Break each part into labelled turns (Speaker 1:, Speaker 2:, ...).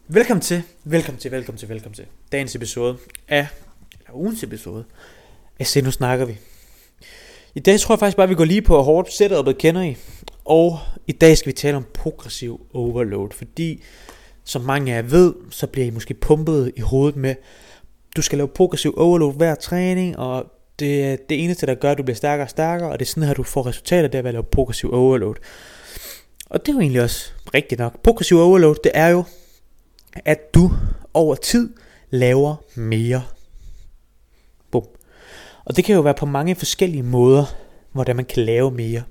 Speaker 1: Velkommen til dagens episode af, eller ugens episode af Se Nu Snakker Vi. I dag tror jeg faktisk bare, vi går lige på hårdt setup'et kender I. Og i dag skal vi tale om progressiv overload. Fordi, som mange af jer ved, så bliver I måske pumpet i hovedet med, du skal lave progressiv overload hver træning, og det er det eneste, der gør, at du bliver stærkere og stærkere, og det er sådan her, du får resultater, det er ved at lave progressiv overload. Og det er jo egentlig også rigtigt nok. Progressiv overload, det er jo, at du over tid laver mere. Bum. Og det kan jo være på mange forskellige måder, hvordan man kan lave mere.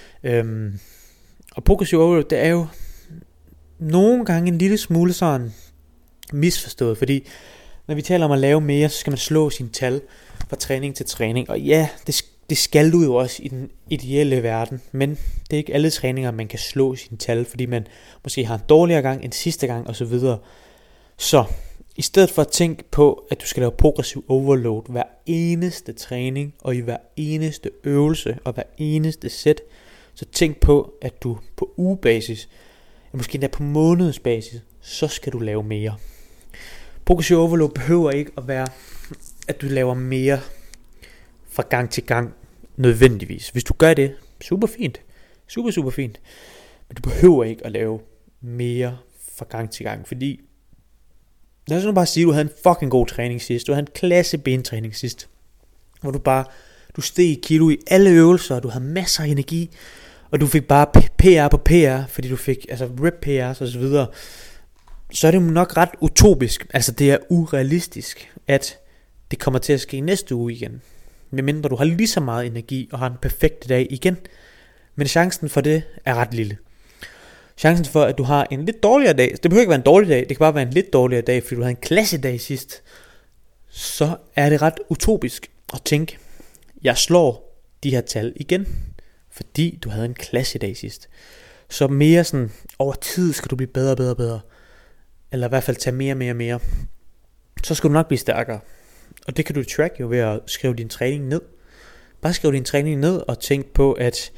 Speaker 1: Og progressiv overload, det er jo nogle gange en lille smule sådan misforstået, fordi når vi taler om at lave mere, så skal man slå sine tal fra træning til træning. Og ja, det skal du jo også i den ideelle verden, men det er ikke alle træninger, man kan slå sine tal, fordi man måske har en dårligere gang end sidste gang osv. Så i stedet for at tænke på, at du skal lave progressiv overload hver eneste træning, og i hver eneste øvelse, og hver eneste sæt, så tænk på, at du på ugebasis, eller måske endda på månedsbasis, så skal du lave mere. Progressiv overload behøver ikke at være, at du laver mere fra gang til gang nødvendigvis. Hvis du gør det, super fint. Super fint. Men du behøver ikke at lave mere fra gang til gang, fordi lad os nu bare sige, at du havde en fucking god træning sidst. Du havde en klasse bentræning sidst, hvor du steg i kilo i alle øvelser, og du havde masser af energi, og du fik bare PR på PR, fordi du fik rep PR's og så videre. Så er det jo nok ret utopisk, altså det er urealistisk, at det kommer til at ske næste uge igen, medmindre du har lige så meget energi og har en perfekt dag igen. Men chancen for det er ret lille. Chancen for at du har en lidt dårligere dag, det behøver ikke være en dårlig dag, det kan bare være en lidt dårligere dag, fordi du havde en klassedag sidst, så er det ret utopisk at tænke, jeg slår de her tal igen, fordi du havde en klassedag sidst. Så mere sådan, over tid skal du blive bedre, eller i hvert fald tage mere, så skal du nok blive stærkere. Og det kan du track jo ved at skrive din træning ned. Bare skriv din træning ned og tænk på, at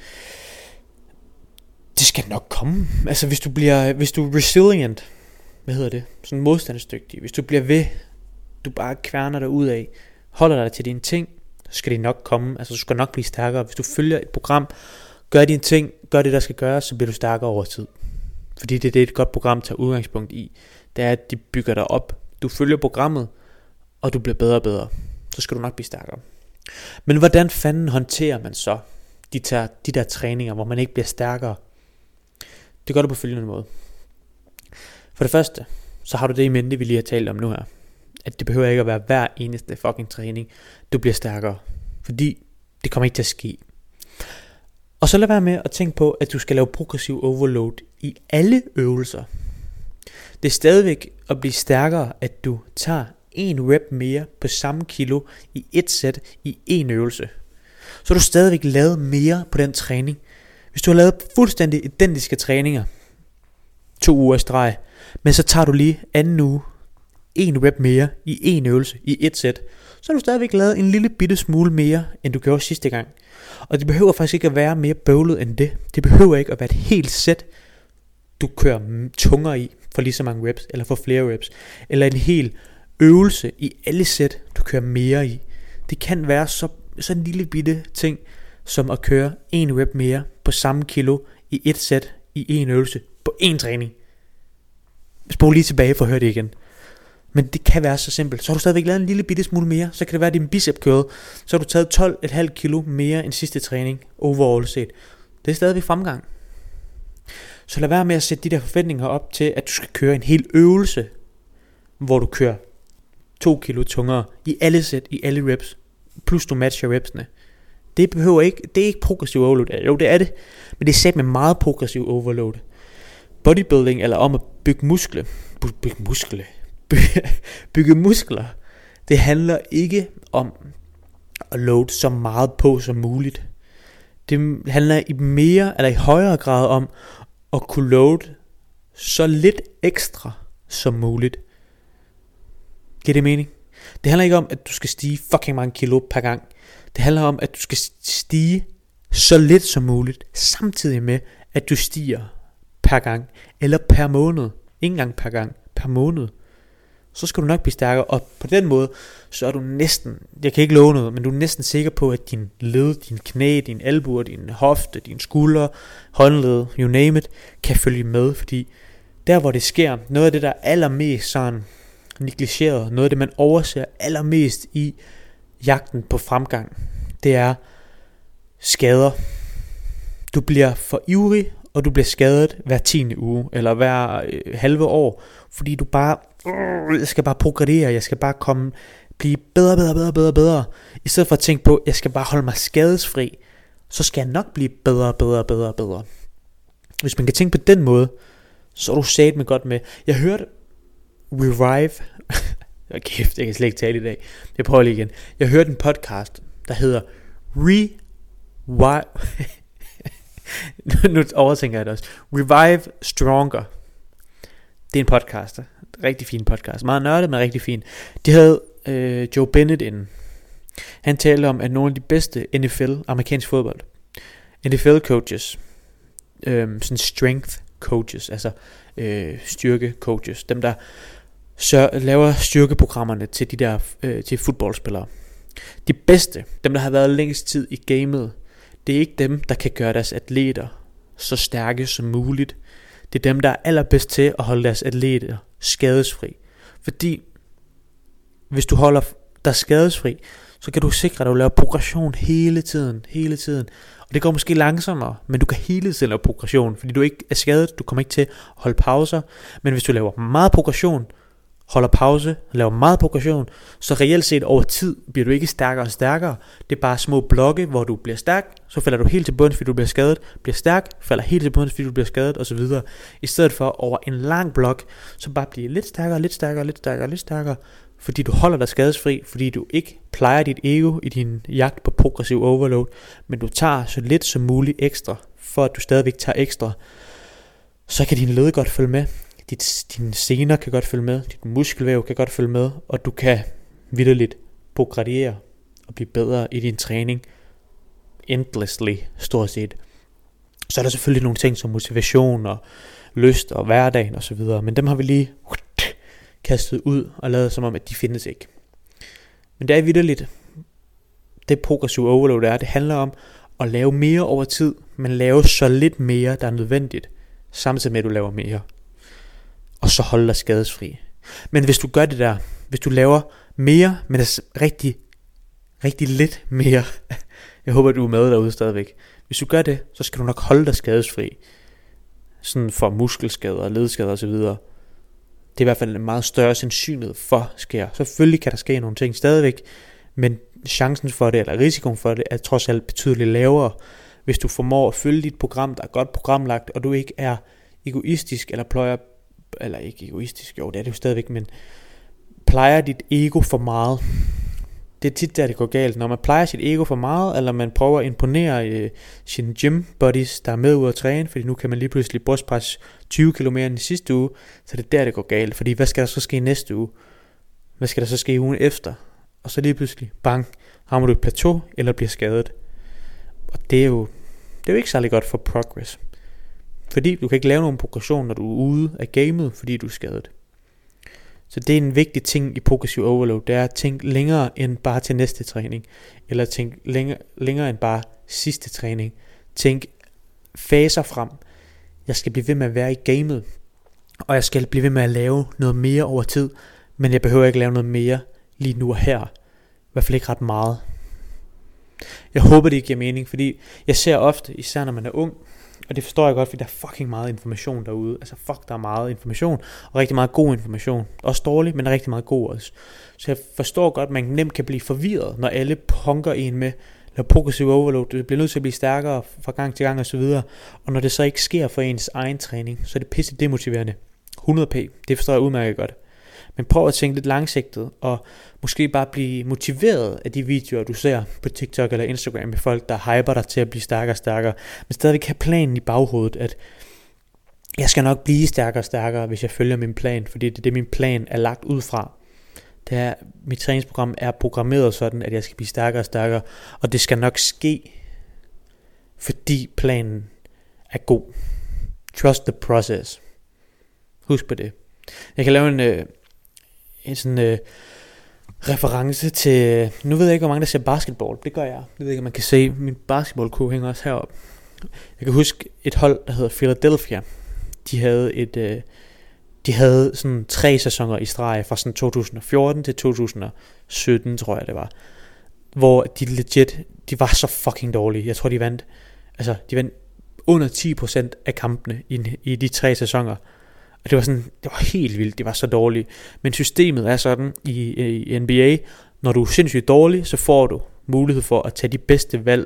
Speaker 1: det skal nok komme. Altså hvis du er resilient, sådan modstandsdygtig, hvis du bliver ved, du bare kværner dig ud af, holder dig til dine ting, så skal det nok komme. Altså du skal nok blive stærkere. Hvis du følger et program, gør dine ting, gør det der skal gøres, så bliver du stærkere over tid. Fordi det er et godt program tager udgangspunkt i. Det er at de bygger dig op. Du følger programmet, og du bliver bedre og bedre. Så skal du nok blive stærkere. Men hvordan fanden håndterer man så de der træninger, hvor man ikke bliver stærkere? Det gør du på følgende måde. For det første, så har du det i mente, vi lige har talt om nu her. At det behøver ikke at være hver eneste fucking træning, du bliver stærkere. Fordi det kommer ikke til at ske. Og så lad være med at tænke på, at du skal lave progressiv overload i alle øvelser. Det er stadigvæk at blive stærkere, at du tager en rep mere på samme kilo i et sæt i en øvelse. Så har du stadigvæk lavet mere på den træning. Hvis du har lavet fuldstændig identiske træninger 2 uger i streg, men så tager du lige anden uge en rep mere i en øvelse i et sæt, så har du stadigvæk lavet en lille bitte smule mere, end du gjorde sidste gang. Og det behøver faktisk ikke at være mere bøvlet end det. Det behøver ikke at være et helt sæt, du kører tungere i for lige så mange reps, eller for flere reps, eller en hel øvelse i alle sæt, du kører mere i. Det kan være så en lille bitte ting, som at køre en rep mere på samme kilo i et sæt i en øvelse på en træning. Spol lige tilbage for at høre det igen. Men det kan være så simpelt. Så har du stadigvæk lavet en lille bitte smule mere. Så kan det være, at din bicep kører. Så har du taget 12,5 kilo mere end sidste træning overall set. Det er stadigvæk fremgang. Så lad være med at sætte de der forventninger op til, at du skal køre en hel øvelse, hvor du kører 2 kilo tungere i alle sæt, i alle reps, plus du matcher repsene. Det er ikke progressiv overload. Jo, det er det, men det er sat med meget progressiv overload. Bodybuilding, eller om at bygge muskler, det handler ikke om at load så meget på som muligt. Det handler i højere grad om at kunne load så lidt ekstra som muligt. Giver det mening? Det handler ikke om, at du skal stige fucking mange kilo per gang. Det handler om, at du skal stige så lidt som muligt, samtidig med, at du stiger per gang, eller per måned. Ikke engang per gang, per måned, så skal du nok blive stærkere. Og på den måde, så er du næsten, jeg kan ikke love noget, men du er næsten sikker på, at din led, din knæ, din albuer, din hofte, din skulder, håndled, you name it, kan følge med. Fordi der hvor det sker, noget af det der er allermest sådan negligeret, noget af det man overser allermest i jagten på fremgang, det er skader. Du bliver for ivrig, og du bliver skadet hver 10. uge, eller hver halve år, fordi du bare, jeg skal bare progredere, jeg skal bare blive bedre, i stedet for at tænke på, jeg skal bare holde mig skadesfri, så skal jeg nok blive bedre. Hvis man kan tænke på den måde, så er du satme godt med. Jeg hørte Revive, kæft, jeg kan slet ikke tale i dag, jeg prøver lige igen. Jeg hørte en podcast, der hedder Revive, nu overtænker jeg det også, Revive Stronger. Det er en podcast, rigtig fin podcast, meget nørdet, men rigtig fin. De havde Joe Bennett inden. Han talte om, at nogle af de bedste NFL, amerikansk fodbold, NFL coaches, sådan strength coaches, altså styrke coaches, dem der laver styrkeprogrammerne til de der til fodboldspillere. De bedste, dem der har været længst tid i gamet, det er ikke dem, der kan gøre deres atleter så stærke som muligt. Det er dem, der er allerbedst til at holde deres atleter skadesfri. Fordi hvis du holder dig skadesfri, så kan du sikre, at du laver progression hele tiden. Og det går måske langsommere, men du kan hele tiden lave progression, fordi du ikke er skadet, du kommer ikke til at holde pauser. Men hvis du laver meget progression, holder pause, laver meget progression, så reelt set over tid bliver du ikke stærkere og stærkere. Det er bare små blokke, hvor du bliver stærk, så falder du helt til bunds, fordi du bliver skadet, bliver stærk, falder helt til bunds, fordi du bliver skadet, osv. I stedet for over en lang blok, så bare blive lidt stærkere, fordi du holder dig skadesfri, fordi du ikke plejer dit ego i din jagt på progressiv overload, men du tager så lidt som muligt ekstra, for at du stadigvæk tager ekstra, så kan din led godt følge med. Dine sener kan godt følge med, dit muskelvæv kan godt følge med, og du kan vitterligt progrediere og blive bedre i din træning endlessly, stort set. Så er der selvfølgelig nogle ting som motivation og lyst og hverdagen og så videre, men dem har vi lige kastet ud og lavet som om, at de findes ikke. Men det er vitterligt, det progressive overload er, det handler om at lave mere over tid, men lave så lidt mere, der er nødvendigt, samtidig med at du laver mere. Og så holde dig skadesfri. Men hvis du gør det der, hvis du laver mere, men det er rigtig lidt mere, jeg håber du er med derude stadigvæk. Hvis du gør det, så skal du nok holde dig skadesfri. Sådan for muskelskader, ledskader osv. Det er i hvert fald en meget større sandsynlighed for sker. Selvfølgelig kan der ske nogle ting stadigvæk, men chancen for det, eller risikoen for det, er trods alt betydeligt lavere, hvis du formår at følge dit program, der er godt programlagt, og du ikke er egoistisk, eller ikke egoistisk, jo det er det jo stadigvæk, men plejer dit ego for meget. Det er tit der det går galt, når man plejer sit ego for meget, eller man prøver at imponere sine gym buddies, der er med ud at træne, fordi nu kan man lige pludselig brystpresse 20 km mere end i sidste uge, så det er der det går galt, fordi hvad skal der så ske næste uge? Hvad skal der så ske ugen efter? Og så lige pludselig, bang, rammer du et plateau, eller bliver skadet. Og det er jo ikke særlig godt for progress. Fordi du kan ikke lave nogen progression, når du er ude af gamet, fordi du er skadet. Så det er en vigtig ting i progressive overload, det er at tænke længere end bare til næste træning, eller tænke længere end bare sidste træning. Tænk faser frem. Jeg skal blive ved med at være i gamet, og jeg skal blive ved med at lave noget mere over tid, men jeg behøver ikke lave noget mere lige nu og her. I hvert fald ikke ret meget. Jeg håber det giver mening, fordi jeg ser ofte, især når man er ung, og det forstår jeg godt, fordi der er fucking meget information derude. Altså der er meget information, og rigtig meget god information. Også dårlig, men rigtig meget god også. Så jeg forstår godt, at man nemt kan blive forvirret, når alle punker en med lave progressive overload. Det bliver nødt til at blive stærkere fra gang til gang og så videre. Og når det så ikke sker for ens egen træning, så er det pisse demotiverende. 100p, det forstår jeg udmærket godt. Men prøv at tænke lidt langsigtet, og måske bare blive motiveret af de videoer, du ser på TikTok eller Instagram med folk, der hyper dig til at blive stærkere og stærkere. Men stadigvæk have planen i baghovedet, at jeg skal nok blive stærkere og stærkere, hvis jeg følger min plan, fordi det er det, min plan er lagt ud fra. Mit træningsprogram er programmeret sådan, at jeg skal blive stærkere og stærkere, og det skal nok ske, fordi planen er god. Trust the process. Husk på det. Jeg kan lave en sådan reference til, nu ved jeg ikke hvor mange der ser basketball. Det gør jeg. Jeg ved ikke om man kan se, min basketballkurve hænger også heroppe. Jeg kan huske et hold der hedder Philadelphia. De havde sådan 3 sæsoner i streg fra sådan 2014 til 2017, tror jeg det var, hvor de var så fucking dårlige. Jeg tror de vandt under 10% af kampene i de 3 sæsoner. Og det var helt vildt, det var så dårligt. Men systemet er sådan i NBA, når du er sindssygt dårlig, så får du mulighed for at tage de bedste valg.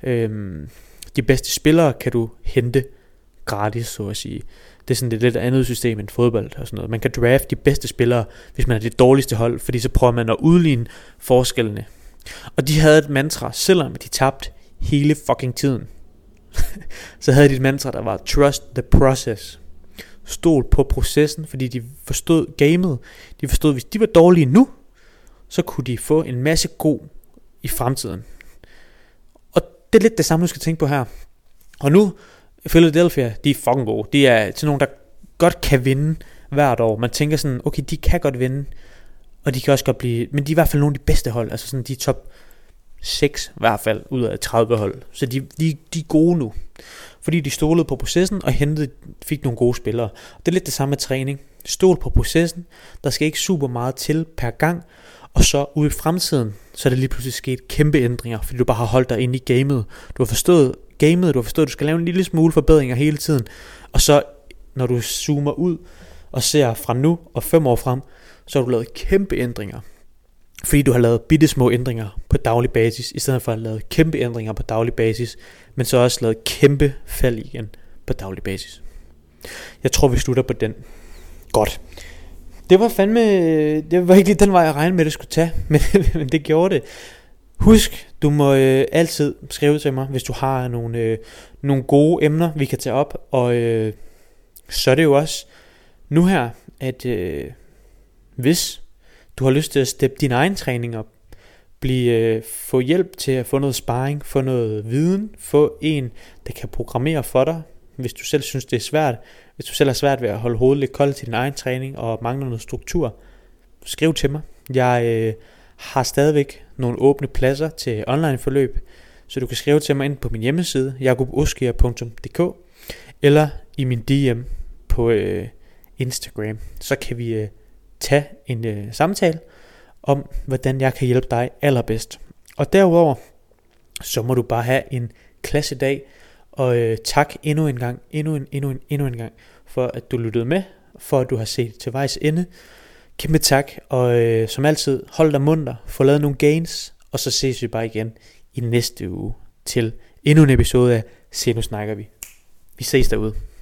Speaker 1: De bedste spillere kan du hente gratis, så at sige. Det er sådan et lidt andet system end fodbold og sådan noget. Man kan draft de bedste spillere, hvis man er det dårligste hold, fordi så prøver man at udligne forskellene. Og de havde et mantra, selvom de tabte hele fucking tiden. Så havde de et mantra, der var trust the process. Stol på processen, fordi de forstod gamet. De forstod, hvis de var dårlige nu, så kunne de få en masse god i fremtiden. Og det er lidt det samme, du skal tænke på her. Og nu, Philadelphia, de er fucking gode. De er til nogen, der godt kan vinde hvert år. Man tænker sådan, okay, de kan godt vinde, og de kan også godt blive, men de er i hvert fald nogle af de bedste hold. Altså sådan, de er top 6 i hvert fald ud af 30 hold. Så de er gode nu, fordi de stolede på processen og fik nogle gode spillere. Og det er lidt det samme med træning. Stol på processen. Der skal ikke super meget til per gang. Og så ude i fremtiden, så er det lige pludselig sket kæmpe ændringer, fordi du bare har holdt dig inde i gamet. Du har forstået gamet, du skal lave en lille smule forbedringer hele tiden. Og så når du zoomer ud og ser fra nu og 5 år frem, så har du lavet kæmpe ændringer. Fordi du har lavet bitte små ændringer på daglig basis, i stedet for at have lavet kæmpe ændringer på daglig basis, men så også lavet kæmpe fald igen på daglig basis. Jeg tror vi slutter på den. Godt. Det var ikke lige den vej jeg regnede med det skulle tage, men det gjorde det. Husk, du må altid skrive til mig, hvis du har nogle gode emner vi kan tage op. Og så er det jo også nu her, at hvis du har lyst til at steppe din egen træning op, få hjælp til at få noget sparring, få noget viden, få en der kan programmere for dig, hvis du selv synes det er svært, hvis du selv har svært ved at holde hovedet lidt koldt til din egen træning og mangler noget struktur, skriv til mig. Jeg har stadigvæk nogle åbne pladser til online forløb, så du kan skrive til mig ind på min hjemmeside jakoboskier.dk eller i min DM på Instagram. Så kan vi tage en samtale om hvordan jeg kan hjælpe dig allerbedst. Og derudover så må du bare have en klassedag. Og tak endnu en gang for at du lyttede med, for at du har set til vejs ende. Kæmpe tak, og som altid, hold dig munter, få lavet nogle gains, og så ses vi bare igen i næste uge til endnu en episode af Se nu snakker vi. Vi ses derude.